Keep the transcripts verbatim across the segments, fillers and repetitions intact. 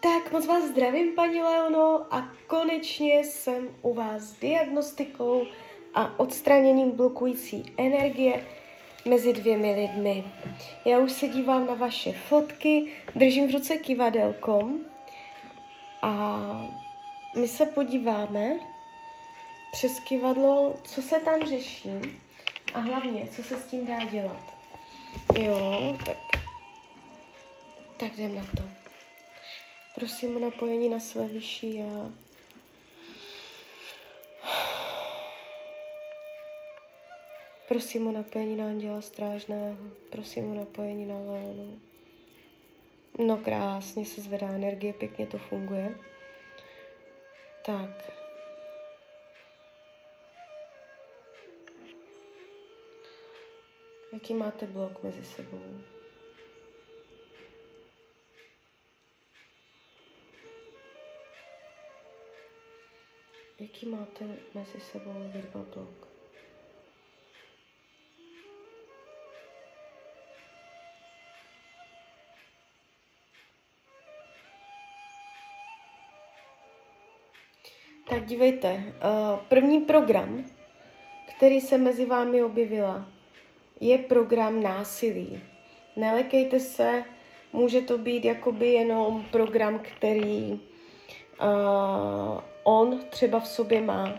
Tak moc vás zdravím, paní Leono, a konečně jsem u vás s diagnostikou a odstraněním blokující energie mezi dvěmi lidmi. Já už se dívám na vaše fotky, držím v ruce kivadelko a my se podíváme přes kivadlo, co se tam řeší a hlavně, co se s tím dá dělat. Jo, tak, tak jdem na to. Prosím o napojení na své vyšší já. Prosím o napojení na anděla strážného. Prosím o napojení na Leonu. No krásně se zvedá energie, pěkně to funguje. Tak. Jaký máte blok mezi sebou? Jaký máte mezi sebou vy dva blok? Tak dívejte, první program, který se mezi vámi objevila, je program násilí. Nelekejte se, může to být jakoby jenom program, který uh, on třeba v sobě má.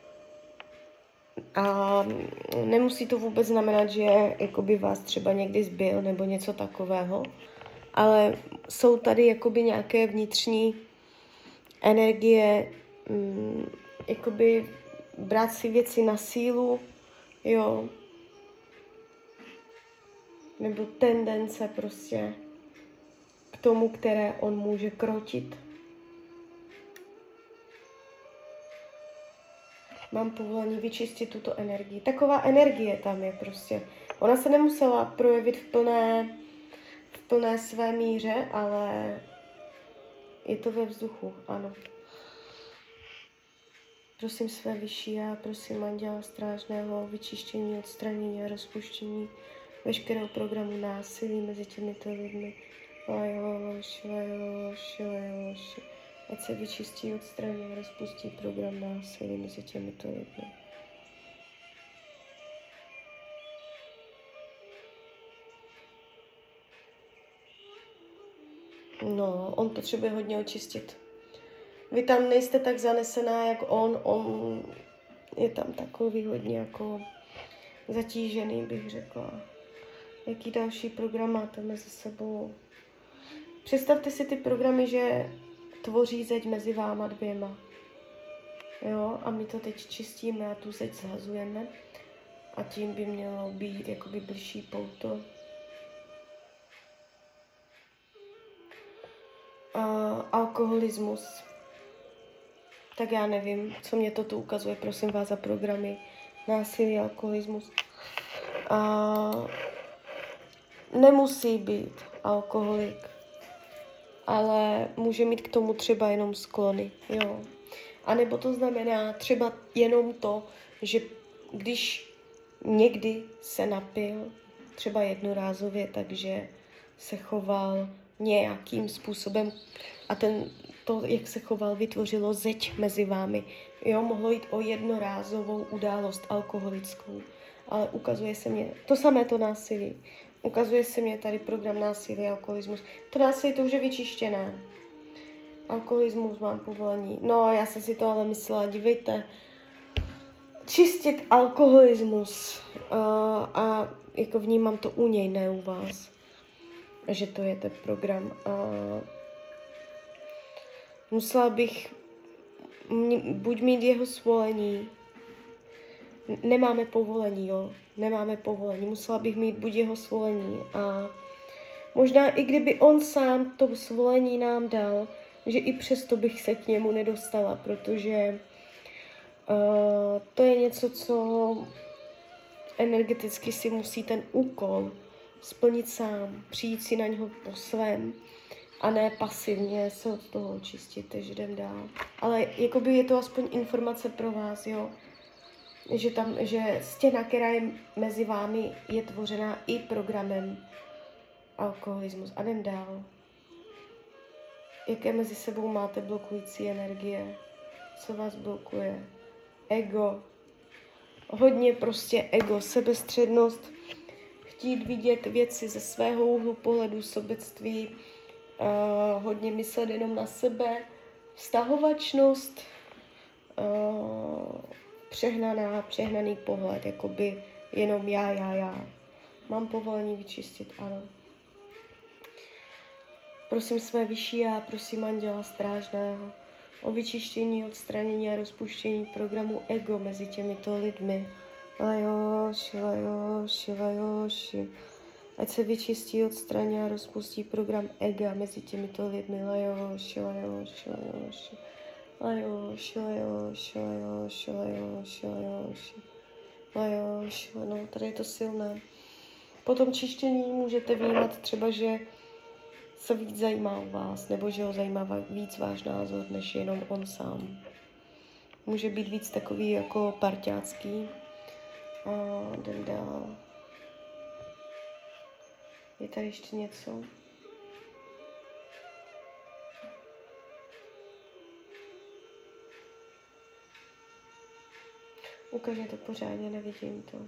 A nemusí to vůbec znamenat, že jakoby vás třeba někdy zbil nebo něco takového, ale jsou tady jakoby nějaké vnitřní energie, um, jakoby brát si věci na sílu, jo, nebo tendence prostě k tomu, které on může krotit. Mám povolení vyčistit tuto energii. Taková energie tam je prostě. Ona se nemusela projevit v plné, v plné své míře, ale je to ve vzduchu, ano. Prosím své vyšší já, prosím anděla strážného o vyčištění, odstranění a rozpuštění veškerého programu násilí mezi těmito lidmi. Lajološ, lajološ, lajološ. Ať se vyčistí, odstraní a rozpustí program násilí mezi těmito lidmi. No, on potřebuje hodně očistit. Vy tam nejste tak zanesená, jak on. On je tam takový hodně jako zatížený, bych řekla. Jaký další program máte mezi sebou? Představte si ty programy, že tvoří zeď mezi váma dvěma. Jo, a my to teď čistíme a tu zeď zhazujeme. A tím by mělo být jakoby blížší pouto. A alkoholismus. Tak já nevím, co mě to tu ukazuje, prosím vás, za programy. Násilí, alkoholismus. A nemusí být alkoholik, ale může mít k tomu třeba jenom sklony, jo. A nebo to znamená třeba jenom to, že když někdy se napil, třeba jednorázově, takže se choval nějakým způsobem a ten, to, jak se choval, vytvořilo zeď mezi vámi. Jo, mohlo jít o jednorázovou událost alkoholickou, ale ukazuje se mě, to samé to násilí, ukazuje se mě tady program násilí, alkoholismus. To násilí to už je vyčištěné. Alkoholismus mám povolení. No, já jsem si to ale myslela, dívejte. Čistit alkoholismus uh, a jako vnímám to u něj, ne u vás. Že to je ten program. Uh, musela bych m- buď mít jeho svolení, nemáme povolení, jo, nemáme povolení, musela bych mít buď jeho svolení a možná i kdyby on sám to svolení nám dal, že i přesto bych se k němu nedostala, protože uh, to je něco, co energeticky si musí ten úkol splnit sám, přijít si na něho po svém a ne pasivně se od toho očistit, takže jdem dál. Ale jakoby je to aspoň informace pro vás, jo, že tam, že stěna, která je mezi vámi, je tvořená i programem alkoholismus. A jdem dál. jaké mezi sebou máte blokující energie, co vás blokuje, ego, hodně prostě ego, sebestřednost, chtít vidět věci ze svého úhlu pohledu, sobectví, uh, hodně myslet jenom na sebe, vztahovačnost, uh, přehnaná, přehnaný pohled, jakoby jenom já, já, já. Mám povolení vyčistit, ano. Prosím své vyšší já, prosím anděla strážného o vyčištění, odstranění a rozpuštění programu ego mezi těmito lidmi. Lajoši, lajoši, lajoši. Ať se vyčistí, odstraní a rozpustí program ega mezi těmito lidmi. Lajoši, lajoši, lajoši. Lajoši, lajoši, lajoši, lajoši, lajoši. Lajoši, no, tady je to silné. Po tom čištění můžete vnímat třeba, že se víc zajímá o vás, nebo že ho zajímá víc váš názor, než jenom on sám. Může být víc takový jako parťácký. A jdem dál. Je tady ještě něco? Ukažte to pořádně, nevidím to.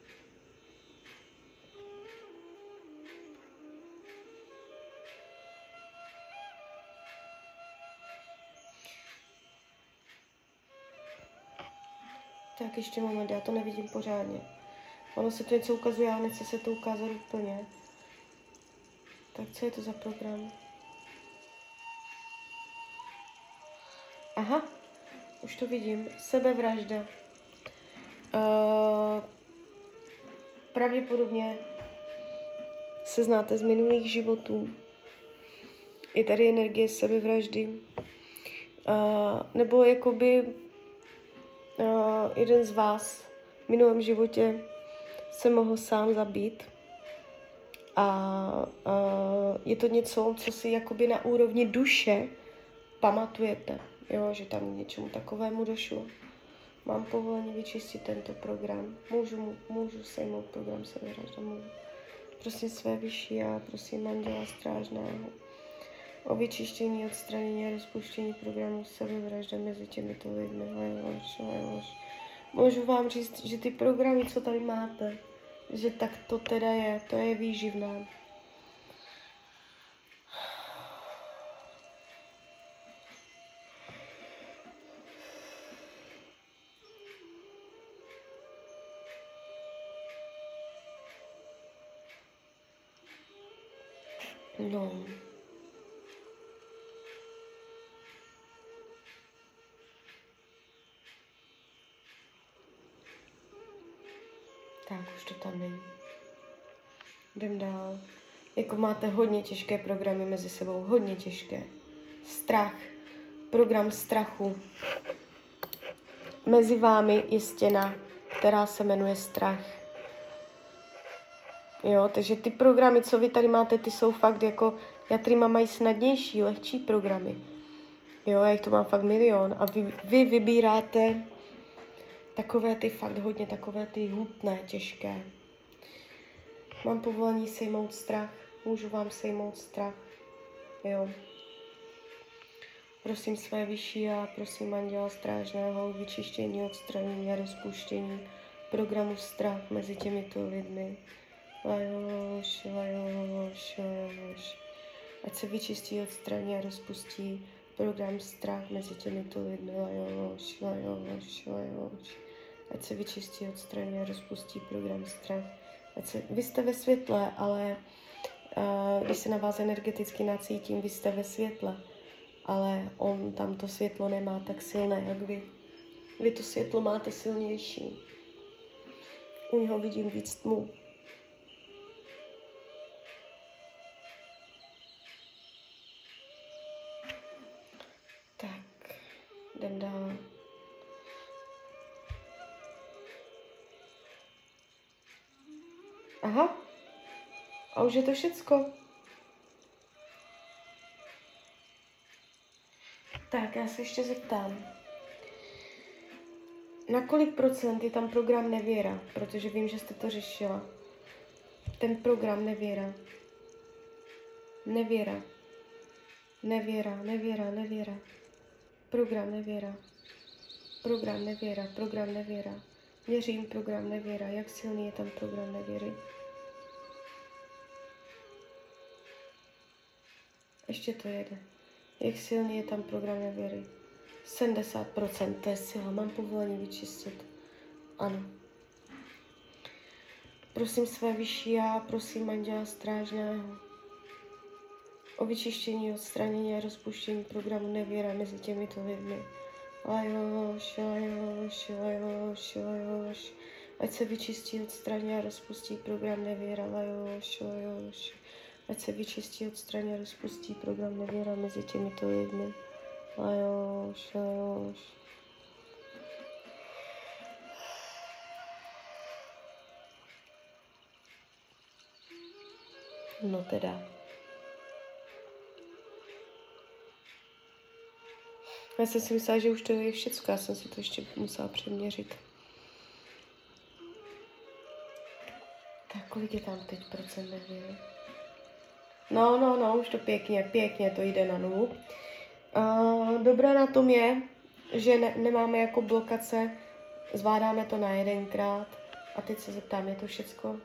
Tak ještě moment, já to nevidím pořádně. Ono se tu něco ukazuje, ale nechce se to ukázat úplně. Tak co je to za program? Aha, už to vidím. Sebevražda. Uh, pravděpodobně se znáte z minulých životů. Je tady energie sebevraždy. Uh, nebo jakoby uh, jeden z vás v minulém životě se mohl sám zabít. A uh, je to něco, co si jakoby na úrovni duše pamatujete, jo, že tam něčemu takovému došlo. Mám povolení vyčistit tento program. Můžu, můžu sejmout program sebevražda, můžu. Prosím své vyšší já, prosím anděla strážného o vyčištění, odstranění a rozpuštění programu sebevražda mezi těmito lidmi. Lajoš, lajoš. Můžu vám říct, že ty programy, co tady máte, že tak to teda je, to je výživné. No. Tak, už to tam není. Jdem dál. Jako máte hodně těžké programy mezi sebou, hodně těžké. Strach, program strachu. Mezi vámi je stěna, která se jmenuje strach. Jo, takže ty programy, co vy tady máte, ty jsou fakt jako, jatrýma mají snadnější, lehčí programy. Jo, já jich to mám fakt milion a vy, vy vybíráte takové ty fakt hodně, takové ty hutné, těžké. Mám povolení sejmout strach, můžu vám sejmout strach, jo. Prosím své vyšší a prosím anděla strážného vyčištění, odstranění a rozpuštění programu strach mezi těmito lidmi. Lajoš, lajoš, lajoš. Ať se vyčistí, odstraní a rozpustí program strach mezi těmito lidmi. Lajoš, lajoš, lajoš. Ať se vyčistí, odstraní a rozpustí program strach. Ať se... Vy jste ve světle, ale uh, když se na vás energeticky nacítím, vy jste ve světle, ale on tam to světlo nemá tak silné, jak vy. Vy to světlo máte silnější. U něho vidím víc tmu. Tak, jdem dál. Aha, a už je to všecko. Tak, já se ještě zeptám. Na kolik procent je tam program nevěra? Protože vím, že jste to řešila. Ten program nevěra. Nevěra. Nevěra, nevěra, nevěra. Program nevěra. Program nevěra, program nevěra. Věřím, program nevěra. Jak silný je tam program nevěry? Ještě to jede. Jak silný je tam program nevěry? sedmdesát procent, to je sila. Mám povolení vyčistit. Ano. Prosím své vyšší já, prosím anděla strážného o vyčištění, odstranění a rozpuštění programu nevěra mezi těmito lidmi. Lajoš, lajoš, lajoš, lajoš. Ať se vyčistí, odstraní a rozpustí program nevěra. Lajoš, lajoš. Ať se vyčistí, odstraní a rozpustí program nevěra mezi těmito lidmi. Lajoš, lajoš. No teda. Já jsem si myslela, že už to je všecko, já jsem si to ještě musela přeměřit. Tak kolik je tam teď procent nevěry? No, no, no, už to pěkně, pěkně to jde na nulu. Uh, dobré na tom je, že ne, nemáme jako blokace, zvládáme to na jedenkrát. A teď se zeptám, je to všecko?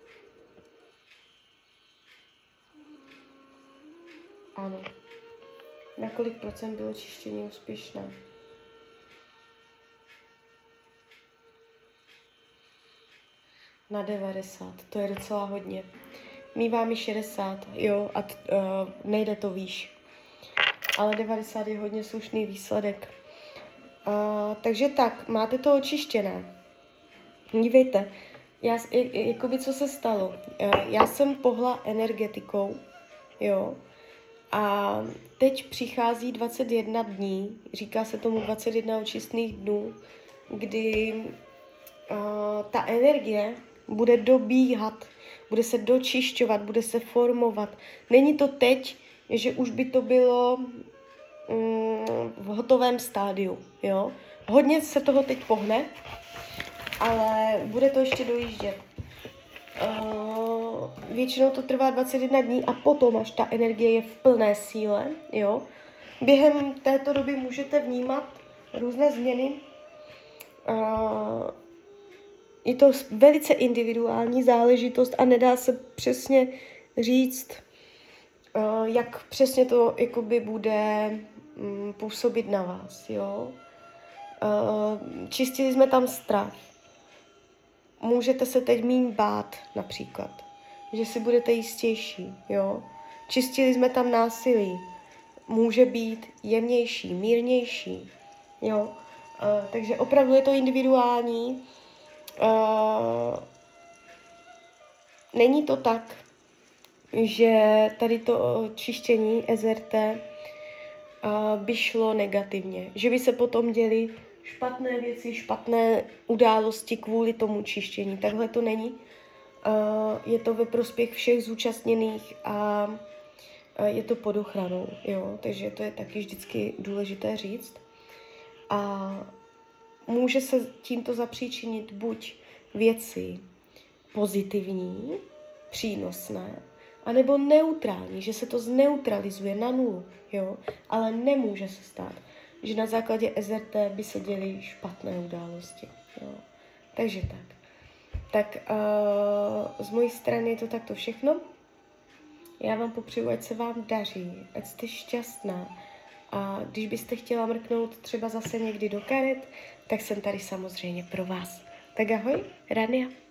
Ano. Na kolik procent bylo čištění úspěšné? Na devadesát, to je docela hodně. Mívám i šedesát, jo, a t, uh, nejde to výš. Ale devadesát je hodně slušný výsledek. Uh, takže tak, máte to očištěné. Dívejte, já, jakoby co se stalo. Uh, já jsem pohla energetikou, jo, a teď přichází dvacet jedna dní, říká se tomu dvacet jedna očistných dnů, kdy uh, ta energie bude dobíhat, bude se dočišťovat, bude se formovat. Není to teď, že už by to bylo um, v hotovém stádiu, jo. Hodně se toho teď pohne, ale bude to ještě dojíždět. Uh, většinou to trvá dvacet jedna dní a potom, až ta energie je v plné síle, jo. Během této doby můžete vnímat různé změny. Uh, je to velice individuální záležitost a nedá se přesně říct, uh, jak přesně to jakoby bude um, působit na vás, jo. Uh, čistili jsme tam strach. Můžete se teď míň bát, například, že si budete jistější, jo. Čistili jsme tam násilí. Může být jemnější, mírnější, jo. Uh, takže opravdu je to individuální. Uh, není to tak, že tady to čištění S R T uh, by šlo negativně. Že by se potom děli špatné věci, špatné události kvůli tomu čištění. Takhle to není. Uh, je to ve prospěch všech zúčastněných a uh, je to pod ochranou. Jo? Takže to je taky vždycky důležité říct. A může se tímto zapříčinit buď věci pozitivní, přínosné, anebo neutrální, že se to zneutralizuje na nulu. Jo? Ale nemůže se stát, že na základě S R T by se děly špatné události. Jo. Takže tak. Tak uh, z mojí strany je to takto všechno. Já vám popřeju, ať se vám daří, ať jste šťastná. A když byste chtěla mrknout třeba zase někdy do karet, tak jsem tady samozřejmě pro vás. Tak ahoj, Rania.